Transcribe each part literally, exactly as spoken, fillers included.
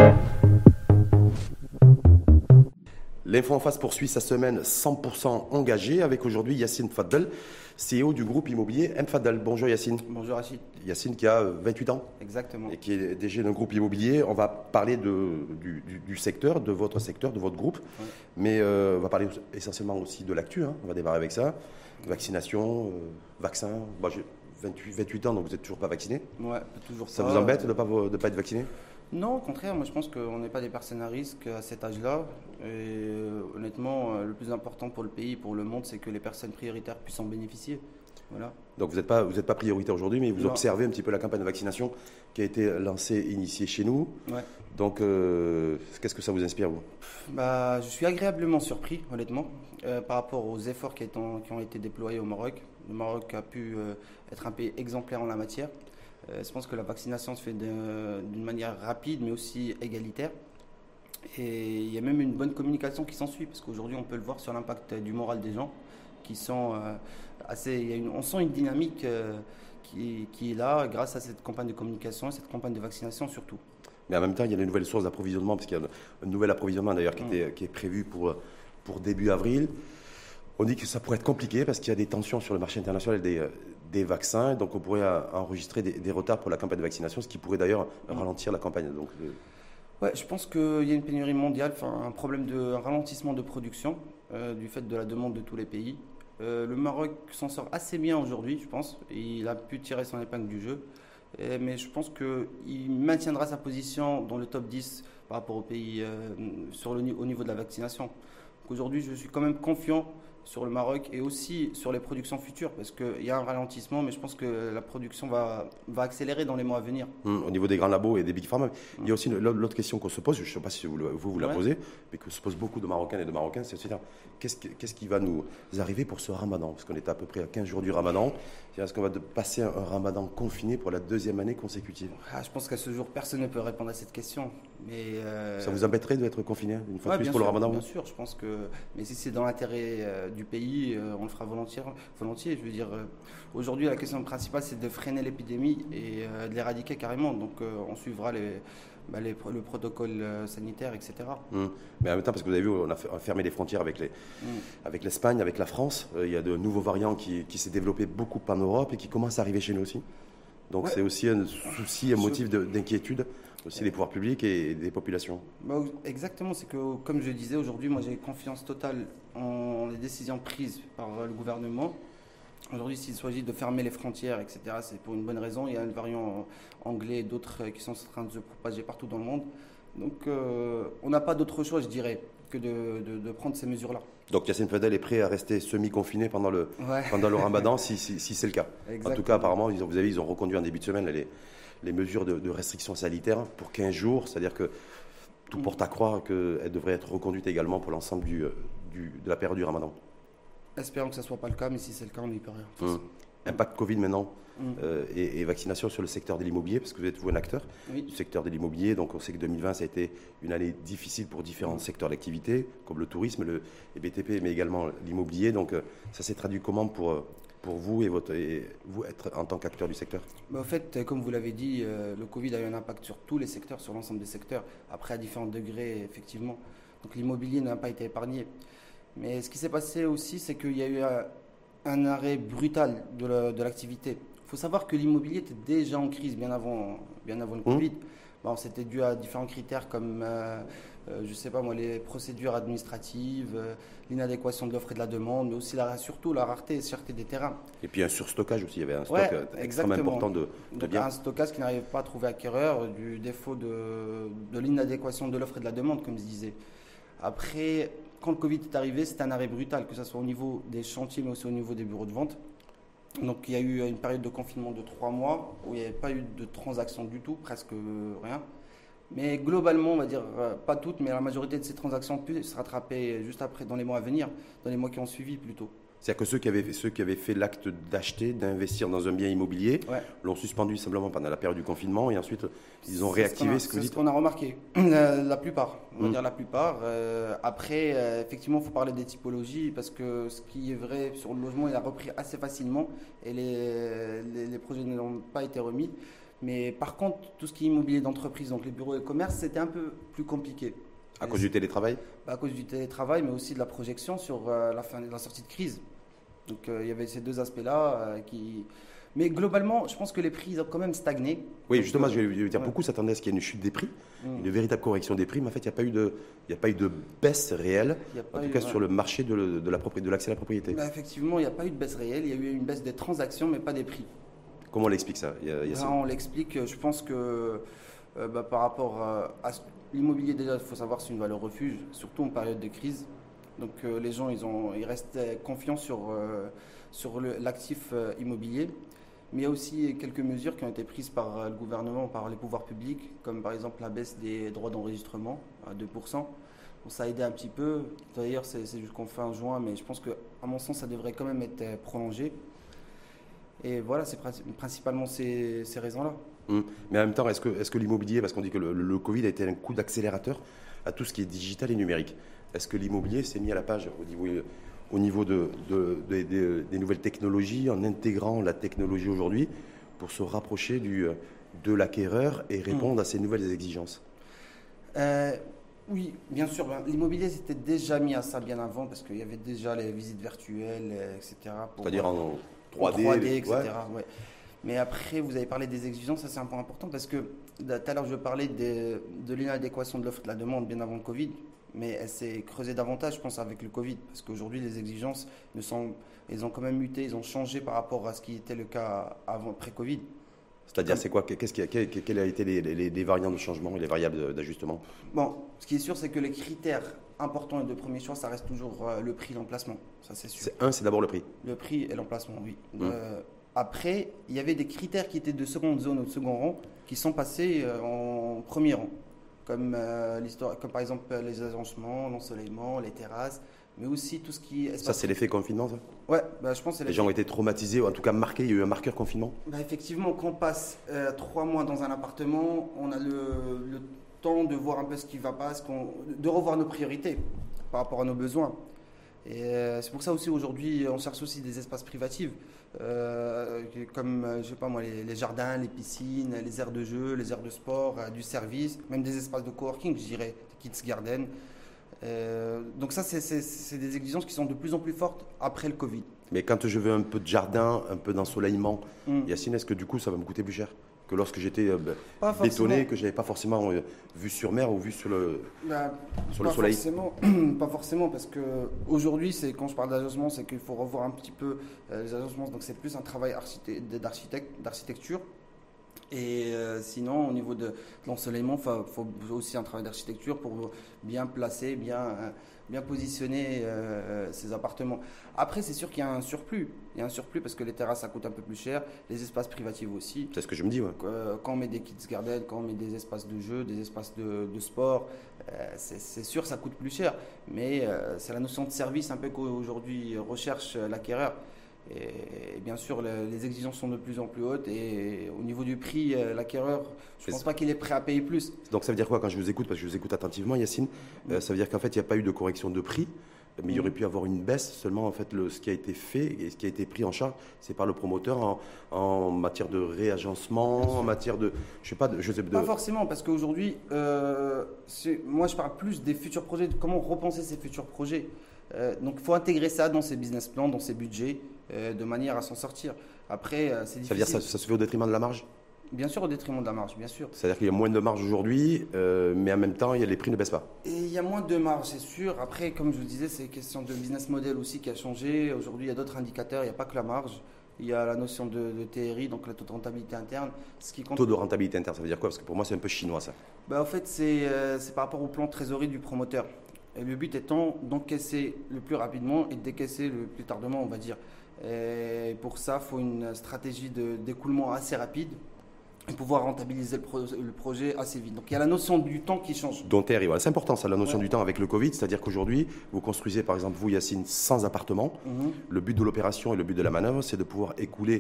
L'info en face poursuit sa semaine cent pour cent engagée avec aujourd'hui Yacine Faddel, C E O du groupe immobilier M Faddel. Bonjour Yacine. Bonjour Rachid. Yacine qui a vingt-huit ans. Exactement. Et qui est D G d'un groupe immobilier. On va parler de, du, du, du secteur, de votre secteur, de votre groupe. Ouais. Mais euh, on va parler essentiellement aussi de l'actu. Hein. On va démarrer avec ça. Vaccination, euh, vaccin. Bon, j'ai vingt-huit, vingt-huit ans, donc vous n'êtes toujours pas vacciné. Ouais, toujours ça pas. Ça vous embête de ne pas, de pas être vacciné? Non, au contraire, moi je pense qu'on n'est pas des personnes à risque à cet âge-là. Et euh, honnêtement, euh, le plus important pour le pays, pour le monde, c'est que les personnes prioritaires puissent en bénéficier. Voilà. Donc vous n'êtes pas, vous n'êtes pas prioritaire aujourd'hui, mais vous non. observez un petit peu la campagne de vaccination qui a été lancée et initiée chez nous. Ouais. Donc euh, qu'est-ce que ça vous inspire, vous? bah, Je suis agréablement surpris, honnêtement, euh, par rapport aux efforts qui, étant, qui ont été déployés au Maroc. Le Maroc a pu euh, être un pays exemplaire en la matière. Euh, je pense que la vaccination se fait d'une manière rapide, mais aussi égalitaire. Et il y a même une bonne communication qui s'ensuit, parce qu'aujourd'hui, on peut le voir sur l'impact du moral des gens, qui sont euh, assez. Il y a une, on sent une dynamique euh, qui, qui est là grâce à cette campagne de communication et cette campagne de vaccination surtout. Mais en même temps, il y a des nouvelles sources d'approvisionnement, parce qu'il y a un nouvel approvisionnement d'ailleurs qui, mmh. qui est prévu pour, pour début avril. On dit que ça pourrait être compliqué parce qu'il y a des tensions sur le marché international des, des vaccins. Donc on pourrait enregistrer des, des retards pour la campagne de vaccination, ce qui pourrait d'ailleurs mmh. ralentir la campagne. Donc, euh... ouais, je pense qu'il y a une pénurie mondiale, un problème de un ralentissement de production euh, du fait de la demande de tous les pays. Euh, le Maroc s'en sort assez bien aujourd'hui, je pense. Il a pu tirer son épingle du jeu. Et, mais je pense qu'il maintiendra sa position dans le top dix par rapport aux pays euh, sur le, au niveau de la vaccination. Aujourd'hui, je suis quand même confiant sur le Maroc et aussi sur les productions futures, parce qu'il y a un ralentissement, mais je pense que la production va, va accélérer dans les mois à venir. Mmh, au niveau des grands labos et des big pharma. Mmh. Il y a aussi l'autre question qu'on se pose, je ne sais pas si vous, vous, vous la ouais. posez, mais que se posent beaucoup de Marocains et de Marocains, c'est qu'est-ce qui, qu'est-ce qui va nous arriver pour ce ramadan? Parce qu'on est à peu près à quinze jours du ramadan. Est-ce qu'on va passer un ramadan confiné pour la deuxième année consécutive? ah, Je pense qu'à ce jour, personne ne peut répondre à cette question. Mais euh... Ça vous embêterait d'être confiné une fois ouais, de plus pour sûr, le ramadan? Bien sûr, je pense que. Mais si c'est dans l'intérêt euh, du pays, euh, on le fera volontiers. volontiers. Je veux dire, euh, aujourd'hui, la question principale, c'est de freiner l'épidémie et euh, de l'éradiquer carrément. Donc, euh, on suivra les, bah, les, le protocole euh, sanitaire, et cetera. Mmh. Mais en même temps, parce que vous avez vu, on a fermé les frontières avec, les, mmh. avec l'Espagne, avec la France. Euh, il y a de nouveaux variants qui, qui s'est développé beaucoup en Europe et qui commencent à arriver chez nous aussi. Donc, ouais. c'est aussi un souci, un motif d'inquiétude. Aussi des pouvoirs publics et des populations. Bah, exactement, c'est que comme je disais aujourd'hui, moi j'ai confiance totale en les décisions prises par le gouvernement. Aujourd'hui, s'il s'agit de fermer les frontières, et cetera, c'est pour une bonne raison. Il y a un variant anglais et d'autres qui sont en train de se propager partout dans le monde. Donc euh, on n'a pas d'autre choix, je dirais, que de, de, de prendre ces mesures-là. Donc Yacine Faddel est prêt à rester semi-confiné pendant le, ouais. pendant le ramadan si, si, si c'est le cas. Exactement. En tout cas, apparemment, ils ont, vous avez, ils ont reconduit en début de semaine les, les mesures de, de restriction sanitaire pour quinze jours, c'est-à-dire que tout mmh. porte à croire qu'elles devraient être reconduites également pour l'ensemble du, du, de la période du ramadan. Espérons que ce ne soit pas le cas, mais si c'est le cas, on n'y peut rien. Mmh. Impact Covid maintenant mmh. euh, et, et vaccination sur le secteur de l'immobilier, parce que vous êtes vous un acteur oui. du secteur de l'immobilier, donc on sait que deux mille vingt ça a été une année difficile pour différents mmh. secteurs d'activité, comme le tourisme, le, les B T P, mais également l'immobilier. Donc euh, ça s'est traduit comment pour, pour vous et, votre, et vous être en tant qu'acteur du secteur? bah, En fait, comme vous l'avez dit, euh, le Covid a eu un impact sur tous les secteurs, sur l'ensemble des secteurs, après à différents degrés, effectivement. Donc l'immobilier n'a pas été épargné. Mais ce qui s'est passé aussi, c'est qu'il y a eu un, un arrêt brutal de l'activité. Il faut savoir que l'immobilier était déjà en crise bien avant, bien avant le Covid. Mmh. Bon, c'était dû à différents critères comme, euh, euh, je sais pas moi, les procédures administratives, euh, l'inadéquation de l'offre et de la demande, mais aussi la, surtout la rareté et cherté des terrains. Et puis un surstockage aussi, il y avait un stock ouais, extrêmement important de, de Donc, biens. Un stockage qui n'arrivait pas à trouver acquéreur, du défaut de, de l'inadéquation de l'offre et de la demande, comme je disais. Après, quand le Covid est arrivé, c'était un arrêt brutal, que ce soit au niveau des chantiers, mais aussi au niveau des bureaux de vente. Donc il y a eu une période de confinement de trois mois où il n'y avait pas eu de transactions du tout, presque rien. Mais globalement, on va dire, pas toutes, mais la majorité de ces transactions ont pu se rattraper juste après, dans les mois à venir, dans les mois qui ont suivi plutôt. C'est-à-dire que ceux qui avaient, ceux qui avaient fait l'acte d'acheter, d'investir dans un bien immobilier, ouais. l'ont suspendu simplement pendant la période du confinement et ensuite ils ont réactivé ce que vous dites. C'est ce qu'on a remarqué, la, la plupart, on va mmh. dire la plupart. Euh, après, euh, effectivement, il faut parler des typologies parce que ce qui est vrai sur le logement, il a repris assez facilement et les, les, les projets n'ont pas été remis. Mais par contre, tout ce qui est immobilier d'entreprise, donc les bureaux et commerces, c'était un peu plus compliqué. À cause du télétravail? À cause du télétravail, mais aussi de la projection sur euh, la fin de la sortie de crise. Donc euh, il y avait ces deux aspects-là euh, qui... Mais globalement, je pense que les prix ont quand même stagné. Oui, donc, justement, euh, je vais dire, ouais. beaucoup s'attendaient à ce qu'il y ait une chute des prix, Mm. une véritable correction des prix, mais en fait, il n'y a pas eu de, il n'y a pas eu de baisse réelle, Il y a en pas tout eu, cas ouais. sur le marché de, le- de la propri- de l'accès à la propriété. Bah, effectivement, il n'y a pas eu de baisse réelle. Il y a eu une baisse des transactions, mais pas des prix. Comment on l'explique ça, Y- Là, Yacine? on l'explique. Je pense que euh, bah, par rapport euh, à ce- l'immobilier, déjà, il faut savoir que c'est une valeur refuge, surtout en période de crise. Donc euh, les gens, ils, ont, ils restent confiants sur, euh, sur le- l'actif euh, immobilier. Mais il y a aussi quelques mesures qui ont été prises par euh, le gouvernement, par les pouvoirs publics, comme par exemple la baisse des droits d'enregistrement à deux pour cent. Bon, ça a aidé un petit peu. D'ailleurs, c'est c'est jusqu'en fin juin, mais je pense qu'à mon sens, ça devrait quand même être euh, prolongé. Et voilà, c'est princi- principalement ces, ces raisons-là. Hum. Mais en même temps, est-ce que, est-ce que l'immobilier, parce qu'on dit que le, le Covid a été un coup d'accélérateur à tout ce qui est digital et numérique, est-ce que l'immobilier s'est mis à la page au niveau, au niveau de, de- de- de- des nouvelles technologies, en intégrant la technologie aujourd'hui pour se rapprocher du, de l'acquéreur et répondre à ces nouvelles exigences? Euh, oui, bien sûr. ben, L'immobilier s'était déjà mis à ça bien avant parce qu'il y avait déjà les visites virtuelles, euh, et cetera. pour- C'est-à-dire en trois D, trois D, les- et cetera. ouais. ouais. Mais après, vous avez parlé des exigences, ça c'est un point important parce que tout à l'heure je parlais des- de l'inadéquation de l'offre et de la demande bien avant le Covid, mais elle s'est creusée davantage, je pense, avec le Covid, parce qu'aujourd'hui les exigences ne sont, elles ont quand même muté, ils ont changé par rapport à ce qui était le cas avant, pré-Covid. C'est-à-dire, c'est quoi qu'est-ce qui a, quel- quel a été les, les- les variants de changement et les variables d'ajustement? Bon, ce qui est sûr, c'est que les critères importants et de premier choix, ça reste toujours euh, le prix et l'emplacement, ça c'est sûr. C'est, un, c'est d'abord le prix. Le prix et l'emplacement, oui. Mmh. Euh, après, il y avait des critères qui étaient de seconde zone ou de second rang qui sont passés euh, en premier rang, comme, euh, l'histoire, comme par exemple euh, les agencements, l'ensoleillement, les terrasses, mais aussi tout ce qui est... Ça, c'est l'effet confinement, ça? Ouais, bah, je pense que c'est Les gens ont été traumatisés, ou en tout cas marqués, il y a eu un marqueur confinement? Bah, effectivement, quand on passe euh, trois mois dans un appartement, on a le, le temps de voir un peu ce qui ne va pas, ce qu'on- de revoir nos priorités par rapport à nos besoins. Et euh, c'est pour ça aussi aujourd'hui, on cherche aussi des espaces privatifs, euh, comme euh, je sais pas moi, les, les jardins, les piscines, les aires de jeu, les aires de sport, euh, du service, même des espaces de coworking, je dirais, des kids garden. Euh, donc ça, c'est- c'est c'est des exigences qui sont de plus en plus fortes après le Covid. Mais quand je veux un peu de jardin, un peu d'ensoleillement, Mm. Yacine, est-ce que du coup ça va me coûter plus cher que lorsque j'étais euh, bah, Pas bétonné, forcément. que j'avais pas forcément euh, vue sur mer ou vue sur le, Bah, sur le pas soleil? Forcément, pas forcément, parce que aujourd'hui, c'est quand je parle d'agencement, c'est qu'il faut revoir un petit peu euh, les agencements. Donc c'est plus un travail architecte- d'architecte, d'architecture. Et euh, sinon, au niveau de, de l'ensoleillement, il faut, faut aussi un travail d'architecture pour bien placer, bien, euh, bien positionner euh, ces appartements. Après, c'est sûr qu'il y a un surplus. Il y a un surplus parce que les terrasses, ça coûte un peu plus cher, les espaces privatifs aussi. C'est ce que je me dis, ouais. Euh, Quand on met des kids garden, quand on met des espaces de jeu, des espaces de, de sport, euh, c'est c'est sûr ça coûte plus cher. Mais euh, c'est la notion de service un peu qu'aujourd'hui recherche euh, l'acquéreur. Et, et bien sûr, le- les exigences sont de plus en plus hautes. Et au niveau du prix, euh, l'acquéreur, je ne Mais pense c'est- pas qu'il est prêt à payer plus. Donc ça veut dire quoi quand je vous écoute? Parce que je vous écoute attentivement, Yacine. Euh, ça veut dire qu'en fait, il n'y a pas eu de correction de prix, mais il y aurait Mhm. pu avoir une baisse. Seulement, en fait, le, ce qui a été fait et ce qui a été pris en charge, c'est par le promoteur en, en matière de réagencement, en matière de, je sais pas, de, je sais, de- Pas forcément, parce qu'aujourd'hui, euh, c'est- moi je parle plus des futurs projets, de comment repenser ces futurs projets. Euh, donc il faut intégrer ça dans ses business plans, dans ses budgets, euh, de manière à s'en sortir. Après, euh, c'est difficile. ça veut dire que ça, ça se fait au détriment de la marge. Bien sûr, au détriment de la marge, bien sûr. C'est-à-dire qu'il y a moins de marge aujourd'hui, euh, mais en même temps, il y a, les prix ne baissent pas. Et il y a moins de marge, c'est sûr. Après, comme je vous disais, c'est une question de business model aussi qui a changé. Aujourd'hui, il y a d'autres indicateurs, il n'y a pas que la marge. Il y a la notion de, de T R I, donc la taux de rentabilité interne. Ce qui compte. Taux de rentabilité interne, ça veut dire quoi? Parce que pour moi, c'est un peu chinois, ça. Bah, en fait, c'est euh, c'est par rapport au plan de trésorerie du promoteur. Et le but étant d'encaisser le plus rapidement et de décaisser le plus tardement, on va dire. Et pour ça, il faut une stratégie de- d'écoulement assez rapide et pouvoir rentabiliser le, pro- le projet assez vite. Donc il y a la notion du temps qui change. Dont T R I, voilà. C'est important, ça, la notion Ouais. du temps avec le Covid. C'est-à-dire qu'aujourd'hui, vous construisez, par exemple, vous, Yacine, cent appartements. Mhm. Le but de l'opération et le but de la manœuvre, c'est de pouvoir écouler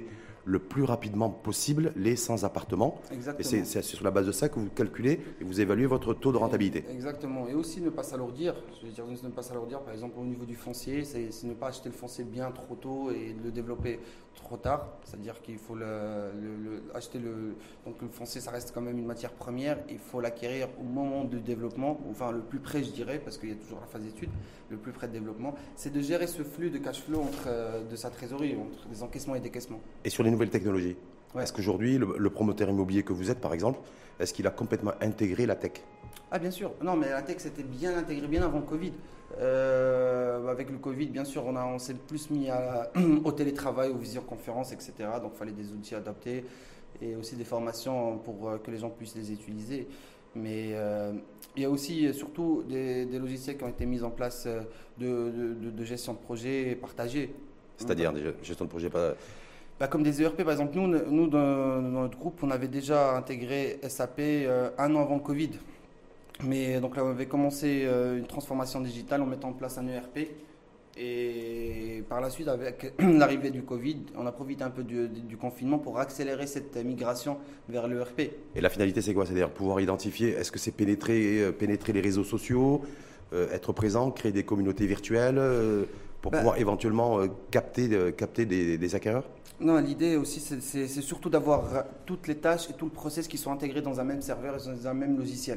le plus rapidement possible les sans appartements. Exactement. Et c'est sur la base de ça que vous calculez et vous évaluez votre taux de rentabilité. Exactement. Et aussi ne pas s'alourdir. Je veux dire, ne pas s'alourdir, par exemple, au niveau du foncier, c'est ne pas acheter le foncier bien trop tôt et le développer trop tard. C'est-à-dire qu'il faut le, le, le, acheter le... Donc le foncier, ça reste quand même une matière première. Il faut l'acquérir au moment du développement, enfin le plus près, je dirais, parce qu'il y a toujours la phase d'étude, le plus près de développement. C'est de gérer ce flux de cash flow entre, euh, de sa trésorerie, entre des encaissements et décaissements. Et sur les nouvelles technologies, ouais. Est-ce qu'aujourd'hui, le, le promoteur immobilier que vous êtes, par exemple, est-ce qu'il a complètement intégré la tech? Ah bien sûr, non mais la tech c'était bien intégré, bien avant le Covid. Euh, avec le Covid, bien sûr, on, a, on s'est plus mis à, au télétravail, aux visioconférences, et cetera. Donc il fallait des outils adaptés et aussi des formations pour que les gens puissent les utiliser. Mais euh, il y a aussi surtout des, des logiciels qui ont été mis en place de, de, de gestion de projet partagée. C'est-à-dire des gestion de projet pas... Bah, comme des E R P, par exemple, nous, nous dans, dans notre groupe, on avait déjà intégré S A P euh, un an avant le Covid. Mais donc là, on avait commencé euh, une transformation digitale en mettant en place un E R P. Et par la suite, avec l'arrivée du Covid, on a profité un peu du, du confinement pour accélérer cette migration vers l'E R P. Et la finalité, c'est quoi? C'est-à-dire pouvoir identifier, est-ce que c'est pénétrer, pénétrer les réseaux sociaux, euh, être présent, créer des communautés virtuelles euh, pour bah, pouvoir éventuellement euh, capter, euh, capter des, des acquéreurs? Non, l'idée aussi, c'est surtout d'avoir toutes les tâches et tout le process qui sont intégrés dans un même serveur et dans un même logiciel.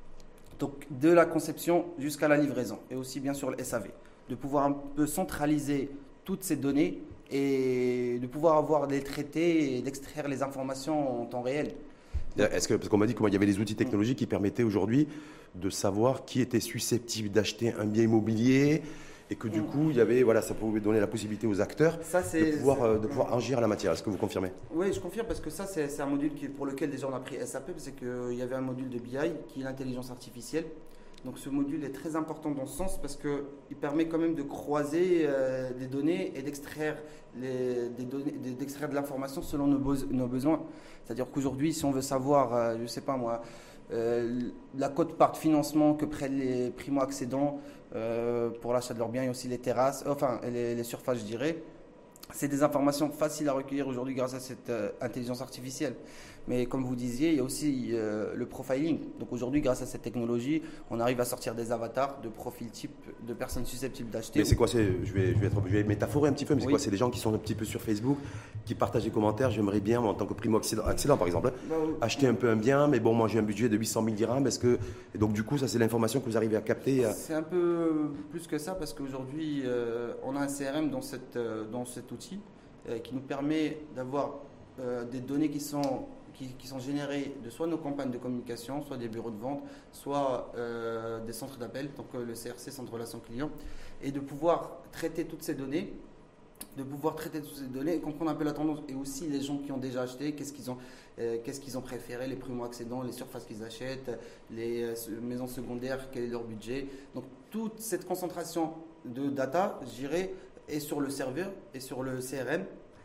Donc, de la conception jusqu'à la livraison et aussi bien sûr le S A V. De pouvoir un peu centraliser toutes ces données et de pouvoir avoir des traités et d'extraire les informations en temps réel. Est-ce que, parce qu'on m'a dit qu'il y avait des outils technologiques qui permettaient aujourd'hui de savoir qui était susceptible d'acheter un bien immobilier et que du coup, il y avait, voilà, ça pouvait donner la possibilité aux acteurs ça, de, pouvoir, euh, de pouvoir agir à la matière. Est-ce que vous confirmez? Oui, je confirme parce que ça, c'est un module qui, pour lequel déjà on a pris S A P, c'est qu'il y avait un module de B I qui est l'intelligence artificielle. Donc ce module est très important dans ce sens parce qu'il permet quand même de croiser euh, des données et d'extraire des données, d'extraire de l'information selon nos, be nos besoins. C'est-à-dire qu'aujourd'hui, si on veut savoir, euh, je ne sais pas moi, euh, la quote-part de financement que prennent les primo-accédants euh, pour l'achat de leurs biens et aussi les terrasses, enfin les, les surfaces, je dirais, c'est des informations faciles à recueillir aujourd'hui grâce à cette euh, intelligence artificielle. Mais comme vous disiez, il y a aussi euh, le profiling. Donc aujourd'hui, grâce à cette technologie, on arrive à sortir des avatars de profils type de personnes susceptibles d'acheter. Mais c'est quoi? Je vais, je, vais être, je vais métaphorer un petit peu, mais c'est oui. quoi? C'est des gens qui sont un petit peu sur Facebook, qui partagent des commentaires. J'aimerais bien, moi, en tant que primo-accédant, par exemple, bah, oui. acheter un peu un bien, mais bon, moi j'ai un budget de huit cent mille dirhams. Est-ce que... Et donc du coup, ça c'est l'information que vous arrivez à capter à... C'est un peu plus que ça, parce qu'aujourd'hui, euh, on a un C R M dans, cette, euh, dans cet outil euh, qui nous permet d'avoir euh, des données qui sont... Qui, qui sont générés de soit nos campagnes de communication, soit des bureaux de vente, soit euh, des centres d'appel, donc euh, le C R C, Centre de Relations Clients, et de pouvoir traiter toutes ces données, de pouvoir traiter toutes ces données, et comprendre un peu la tendance, et aussi les gens qui ont déjà acheté, qu'est-ce qu'ils ont, euh, qu'est-ce qu'ils ont préféré, les primo-accédants, les surfaces qu'ils achètent, les euh, maisons secondaires, quel est leur budget. Donc toute cette concentration de data, je dirais, est sur le serveur et sur le C R M.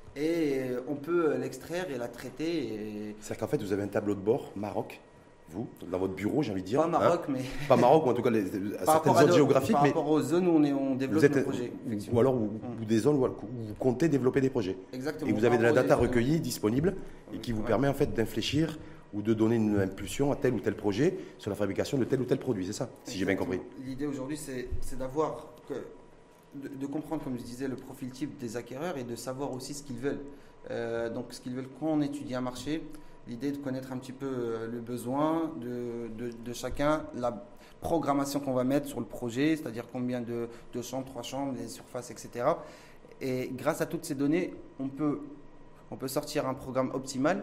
Et on peut l'extraire et la traiter. C'est-à-dire qu'en fait, vous avez un tableau de bord Maroc, vous, dans votre bureau, j'ai envie de dire. Pas Maroc, hein, mais... Pas Maroc, ou en tout cas les, à certaines zones géographiques. Par mais rapport aux zones où on, est, on développe êtes, nos projets. Ou alors ou, ou des zones où vous comptez développer des projets. Exactement. Et vous avez de la data recueillie, disponible, et qui vous ouais. permet en fait d'infléchir ou de donner une impulsion à tel ou tel projet sur la fabrication de tel ou tel produit. C'est ça, si j'ai bien compris. L'idée aujourd'hui, c'est d'avoir... que De, de comprendre, comme je disais, le profil type des acquéreurs et de savoir aussi ce qu'ils veulent. Euh, donc, ce qu'ils veulent quand on étudie un marché, l'idée de connaître un petit peu euh, le besoin de, de, de chacun, la programmation qu'on va mettre sur le projet, c'est-à-dire combien de, de chambres, trois chambres, les surfaces, et cetera. Et grâce à toutes ces données, on peut, on peut sortir un programme optimal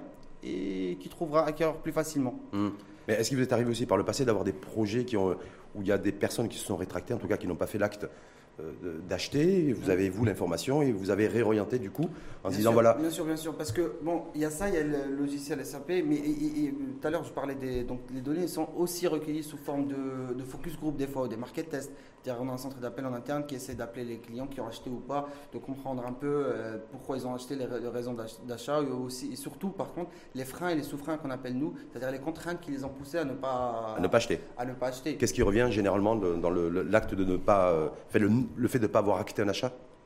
et qui trouvera acquéreur plus facilement. Mmh. Mais est-ce qu'il vous est arrivé aussi par le passé d'avoir des projets qui ont, où il y a des personnes qui se sont rétractées, en tout cas qui n'ont pas fait l'acte d'acheter, vous avez vous l'information et vous avez réorienté du coup en bien disant sûr, voilà. Bien sûr, bien sûr, parce que bon, il y a ça, il y a le logiciel S A P, mais et, et, tout à l'heure je parlais des, donc les données sont aussi recueilles sous forme de, de focus group des fois, ou des market tests. C'est-à-dire on a un centre d'appel en interne qui essaie d'appeler les clients qui ont acheté ou pas, de comprendre un peu euh, pourquoi ils ont acheté, les, les raisons d'achat, et aussi et surtout par contre les freins et les sous-freins qu'on appelle nous, c'est-à-dire les contraintes qui les ont poussés à ne pas à ne pas acheter. À ne pas acheter. Qu'est-ce qui revient généralement de, dans l'acte de ne pas euh, fait le, le fait de ne pas avoir acté un achat?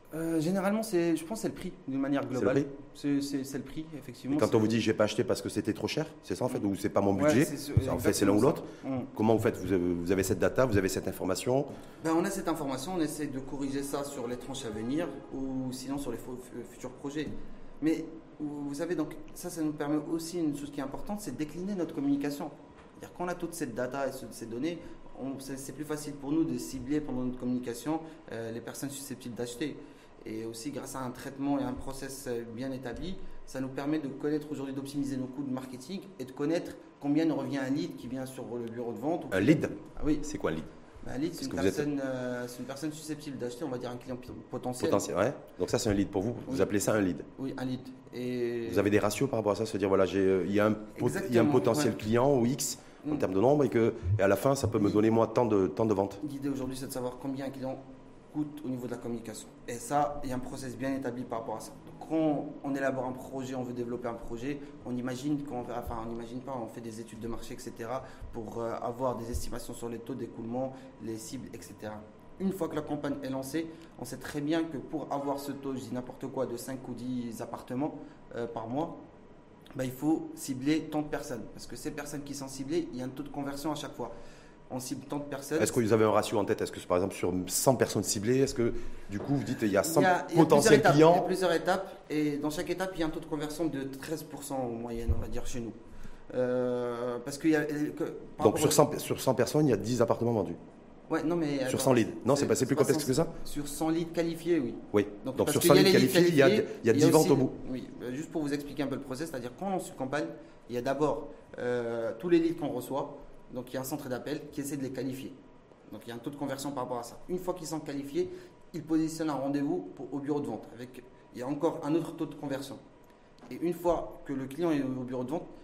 Euh, généralement, c'est, je pense que c'est le prix, d'une manière globale. C'est le prix, c'est, c'est, c'est le prix effectivement. Et quand c'est... on vous dit j'ai pas acheté parce que c'était trop cher, c'est ça en fait, ou c'est pas mon budget, ouais, c'est, en fait c'est l'un ou l'autre. Mmh. Comment vous faites, vous avez, vous avez cette data, vous avez cette information? Ben, on a cette information, on essaie de corriger ça sur les tranches à venir ou sinon sur les futurs projets. Mais vous savez, donc ça, ça nous permet aussi une chose qui est importante, c'est de décliner notre communication. C'est-à-dire qu'on a toute cette data et ces données, on, c'est, c'est plus facile pour nous de cibler pendant notre communication euh, les personnes susceptibles d'acheter. Et aussi, grâce à un traitement et un process bien établi, ça nous permet de connaître aujourd'hui, d'optimiser nos coûts de marketing et de connaître combien nous revient un lead qui vient sur le bureau de vente. Un lead? Ah, oui. C'est quoi un lead? Ben, un lead, c'est une, personne, êtes... euh, c'est une personne susceptible d'acheter, on va dire un client potentiel. Potentiel, ouais. Donc ça, c'est un lead pour vous. Vous oui. appelez ça un lead? Oui, un lead. Et... Vous avez des ratios par rapport à ça? Se dire, voilà, j'ai, il y a un, pot, il y a un potentiel ouais. client ou X en mm. termes de nombre et, que, et à la fin, ça peut me donner moi tant de, tant de ventes. L'idée aujourd'hui, c'est de savoir combien un client coûte au niveau de la communication. Et ça, il y a un process bien établi par rapport à ça. Donc, quand on élabore un projet, on veut développer un projet, on imagine, qu'on, enfin on n'imagine pas, on fait des études de marché, et cetera, pour euh, avoir des estimations sur les taux d'écoulement, les cibles, et cetera. Une fois que la campagne est lancée, on sait très bien que pour avoir ce taux, je dis n'importe quoi, de cinq ou dix appartements euh, par mois, bah, il faut cibler tant de personnes. Parce que ces personnes qui sont ciblées, il y a un taux de conversion à chaque fois. On cible tant de personnes. Est-ce que vous avez un ratio en tête? Est-ce que par exemple sur cent personnes ciblées, est-ce que du coup vous dites il y a cent il y a, potentiels il clients? Il y a plusieurs étapes et dans chaque étape il y a un taux de conversion de treize pour cent en moyenne, on va dire chez nous. Euh, parce qu'il y a, que, Donc sur cent, sur cent personnes, il y a dix appartements vendus. Ouais, non, mais, sur attends, cent leads. Non, c'est, pas, c'est plus complexe que ça? Sur cent leads qualifiés, oui. Oui, donc, donc sur cent leads qualifiés, il y a, il y a dix ventes au bout. Oui, juste pour vous expliquer un peu le process, c'est-à-dire quand on lance une campagne, il y a d'abord euh, tous les leads qu'on reçoit. Donc, il y a un centre d'appel qui essaie de les qualifier. Donc, il y a un taux de conversion par rapport à ça. Une fois qu'ils sont qualifiés, ils positionnent un rendez-vous pour, au bureau de vente. Avec, il y a encore un autre taux de conversion. Et une fois que le client est au bureau de vente,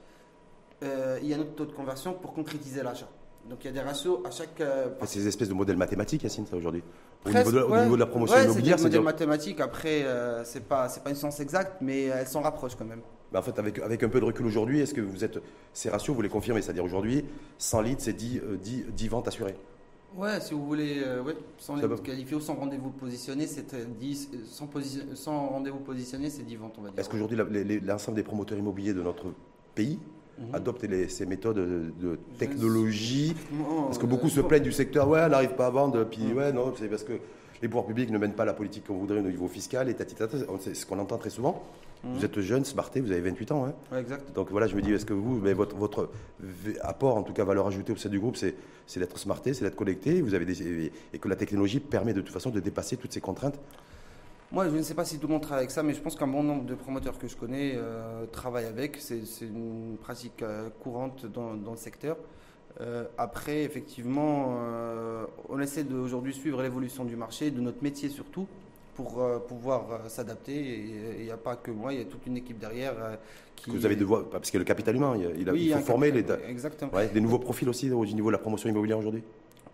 euh, il y a un autre taux de conversion pour concrétiser l'achat. Donc, il y a des ratios à chaque... Euh, c'est des espèces de modèles mathématiques, Yacine, ça, aujourd'hui? Au, Presque, niveau, de, ouais. au niveau de la promotion ouais, immobilière, c'est des modèles mathématiques. Après, euh, ce n'est pas, c'est pas une science exacte, mais elles s'en rapprochent quand même. Ben en fait, avec, avec un peu de recul aujourd'hui, est-ce que vous êtes, ces ratios, vous les confirmez? C'est-à-dire aujourd'hui, cent leads, c'est dix, euh, dix, dix ventes assurées? Ouais, si vous voulez, euh, ouais, cent leads qualifiés ou sans rendez-vous positionné, c'est dix, sans, position, sans rendez-vous positionné, c'est dix ventes, on va dire. Est-ce qu'aujourd'hui, la, les, l'ensemble des promoteurs immobiliers de notre pays mm-hmm. adoptent les, ces méthodes de, de technologie? Non, parce que beaucoup euh, se plaignent du secteur, ouais, on n'arrive pas à vendre, puis mm-hmm. ouais, non, c'est parce que les pouvoirs publics ne mènent pas la politique qu'on voudrait au niveau fiscal, et tatitata, c'est ce qu'on entend très souvent. Mmh. Vous êtes jeune, smarté, vous avez vingt-huit ans. Hein. Ouais, exact. Donc voilà, je me dis, est-ce que vous, mais votre, votre apport, en tout cas valeur ajoutée au sein du groupe, c'est, c'est d'être smarté, c'est d'être connecté, vous avez des, et que la technologie permet de toute façon de dépasser toutes ces contraintes? Moi, je ne sais pas si tout le monde travaille avec ça, mais je pense qu'un bon nombre de promoteurs que je connais euh, travaillent avec. C'est, c'est une pratique euh, courante dans, dans le secteur. Euh, après, effectivement, euh, on essaie d'aujourd'hui suivre l'évolution du marché, de notre métier surtout, pour euh, pouvoir euh, s'adapter. Et il n'y a pas que moi, il y a toute une équipe derrière euh, qui... Que vous avez devoir, parce qu'il y a le capital humain, il, il, a, oui, il faut former capital, les, exactement. Ouais, des nouveaux profils aussi au niveau de la promotion immobilière aujourd'hui.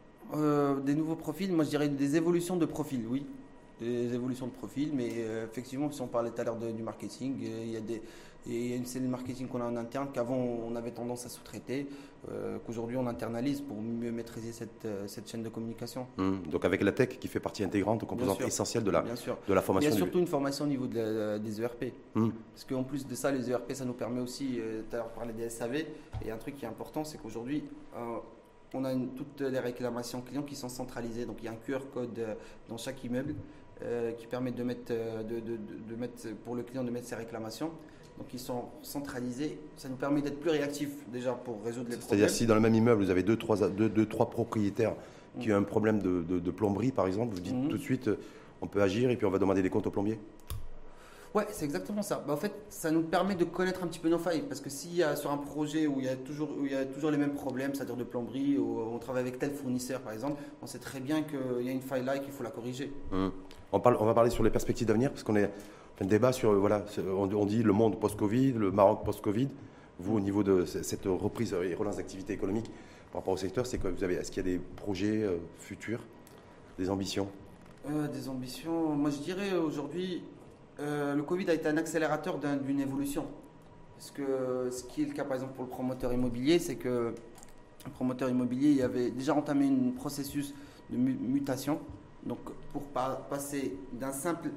euh, Des nouveaux profils, moi je dirais des évolutions de profils, oui. Des évolutions de profil, mais euh, effectivement, si on parlait tout à l'heure de, du marketing, euh, il y a des, il y a une cellule marketing qu'on a en interne qu'avant on avait tendance à sous-traiter, euh, qu'aujourd'hui on internalise pour mieux maîtriser cette, euh, cette chaîne de communication. Mmh. Donc avec la tech qui fait partie intégrante, composante essentielle de la, de la formation. Il y a surtout du... une formation au niveau de la, des E R P. Mmh. Parce qu'en plus de ça, les E R P, ça nous permet aussi, euh, tout à l'heure parler des S A V, et un truc qui est important, c'est qu'aujourd'hui, euh, on a une, toutes les réclamations clients qui sont centralisées. Donc il y a un Q R code euh, dans chaque immeuble. Euh, qui permet de mettre, de, de, de, de mettre pour le client de mettre ses réclamations. Donc ils sont centralisés. Ça nous permet d'être plus réactifs déjà pour résoudre les C'est-à-dire problèmes. C'est-à-dire si dans le même immeuble vous avez deux, trois, deux, deux, trois propriétaires mmh. qui ont un problème de, de, de plomberie par exemple, vous dites mmh. tout de suite on peut agir et puis on va demander des comptes au plombier. Ouais, c'est exactement ça. Bah, en fait, ça nous permet de connaître un petit peu nos failles. Parce que s'il y a sur un projet où il y a toujours, où il y a toujours les mêmes problèmes, c'est-à-dire de plomberie, où on travaille avec tel fournisseur par exemple, on sait très bien qu'il y a une faille là et qu'il faut la corriger. Mmh. On, parle, on va parler sur les perspectives d'avenir parce qu'on est un débat sur, voilà, on, on dit le monde post-Covid, le Maroc post-Covid. Vous, au niveau de cette reprise et relance d'activité économique par rapport au secteur, c'est que vous avez, est-ce qu'il y a des projets euh, futurs, des ambitions? euh, Des ambitions, moi je dirais aujourd'hui, euh, le Covid a été un accélérateur d'un, d'une évolution. Parce que ce qui est le cas par exemple pour le promoteur immobilier, c'est que le promoteur immobilier il avait déjà entamé un processus de mutation. Donc pour pa passer d'un simple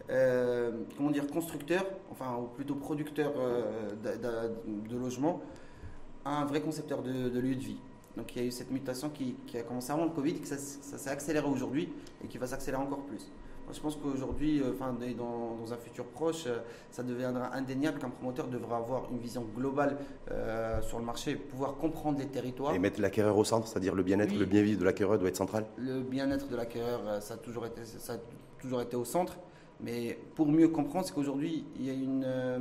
euh, comment dire, constructeur, enfin ou plutôt producteur euh, de, de, de logement, à un vrai concepteur de, de lieu de vie. Donc il y a eu cette mutation qui, qui a commencé avant le Covid, que ça, ça s'est accéléré aujourd'hui et qui va s'accélérer encore plus. Moi, je pense qu'aujourd'hui, euh, enfin, dans, dans un futur proche, euh, ça deviendra indéniable qu'un promoteur devra avoir une vision globale euh, sur le marché, pouvoir comprendre les territoires. Et mettre l'acquéreur au centre, c'est-à-dire le bien-être, oui. le bien-vivre de l'acquéreur doit être central. Le bien-être de l'acquéreur, ça a toujours été, ça a toujours été au centre. Mais pour mieux comprendre, c'est qu'aujourd'hui, il y a une, euh,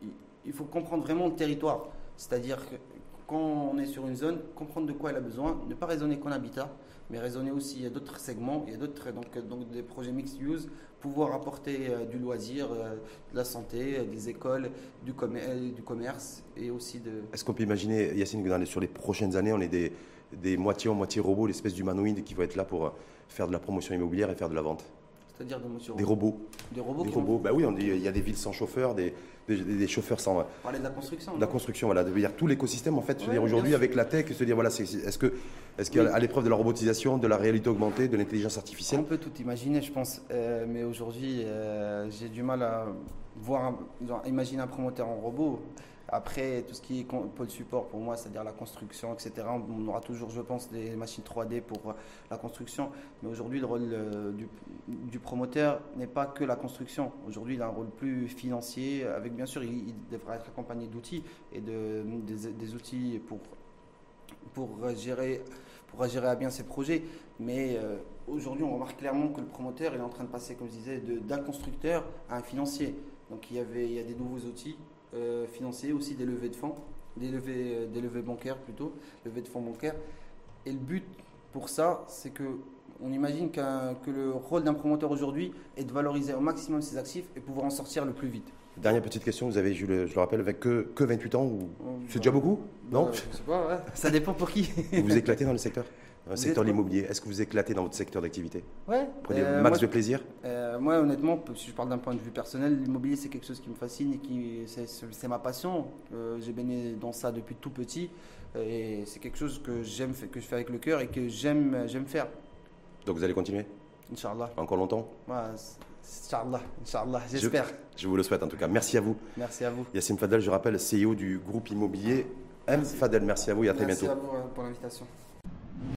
il faut comprendre vraiment le territoire. C'est-à-dire que quand on est sur une zone, comprendre de quoi elle a besoin, ne pas raisonner qu'en habitat, mais raisonner aussi, il y a d'autres segments, il y a d'autres, donc, donc des projets mixed use, pouvoir apporter euh, du loisir, euh, de la santé, euh, des écoles, du, commer euh, du commerce et aussi de... Est-ce qu'on peut imaginer, Yacine, que dans les, sur les prochaines années, on ait des, des moitié en moitié robots, l'espèce d'humanoïde qui vont être là pour faire de la promotion immobilière et faire de la vente? C'est-à-dire des, des robots. Des robots Des qui robots. Vont... Bah oui, on dit, il y a des villes sans chauffeur, des, des, des chauffeurs sans. Parler de la construction. De la construction, voilà. De dire tout l'écosystème, en fait, se ouais, dire aujourd'hui avec la tech, se dire voilà, c'est, est-ce que, est-ce qu'à oui. l'épreuve de la robotisation, de la réalité augmentée, de l'intelligence artificielle. On peut tout imaginer, je pense, euh, mais aujourd'hui, euh, j'ai du mal à voir, un, genre, imaginer un promoteur en robot. Après, tout ce qui est pôle support pour moi, c'est-à-dire la construction, et cetera. On aura toujours, je pense, des machines trois D pour la construction. Mais aujourd'hui, le rôle euh, du, du promoteur n'est pas que la construction. Aujourd'hui, il a un rôle plus financier. Avec, bien sûr, il, il devra être accompagné d'outils et de, des, des outils pour, pour, gérer, pour gérer à bien ses projets. Mais euh, aujourd'hui, on remarque clairement que le promoteur il est en train de passer, comme je disais, d'un constructeur à un financier. Donc, il y, avait, il y a des nouveaux outils. Euh, financiers, aussi des levées de fonds, des levées, euh, des levées bancaires plutôt, levées de fonds bancaires. Et le but pour ça, c'est que on imagine qu'un, que le rôle d'un promoteur aujourd'hui est de valoriser au maximum ses actifs et pouvoir en sortir le plus vite. Dernière petite question, vous avez, je le, je le rappelle, avec que, que vingt-huit ans, ou... euh, c'est bah, déjà beaucoup bah, Non, je sais pas, ouais. Ça dépend pour qui. Vous vous éclatez dans le secteur Dans le vous secteur de l'immobilier. Est-ce que vous éclatez dans votre secteur d'activité? Ouais. Vous prenez euh, max moi, de plaisir euh, Moi, honnêtement, si je parle d'un point de vue personnel, l'immobilier, c'est quelque chose qui me fascine et qui, c'est, c'est ma passion. Euh, j'ai baigné dans ça depuis tout petit et c'est quelque chose que j'aime, que je fais avec le cœur et que j'aime, j'aime faire. Donc vous allez continuer? Inch'Allah. Encore longtemps? Ouais, Inch'Allah, Inch'Allah, j'espère. Je, je vous le souhaite en tout cas. Merci à vous. Merci à vous. Yacine Fadel, je rappelle, C E O du groupe immobilier M. Fadel. Merci à vous et à très merci bientôt. Merci à vous pour l'invitation.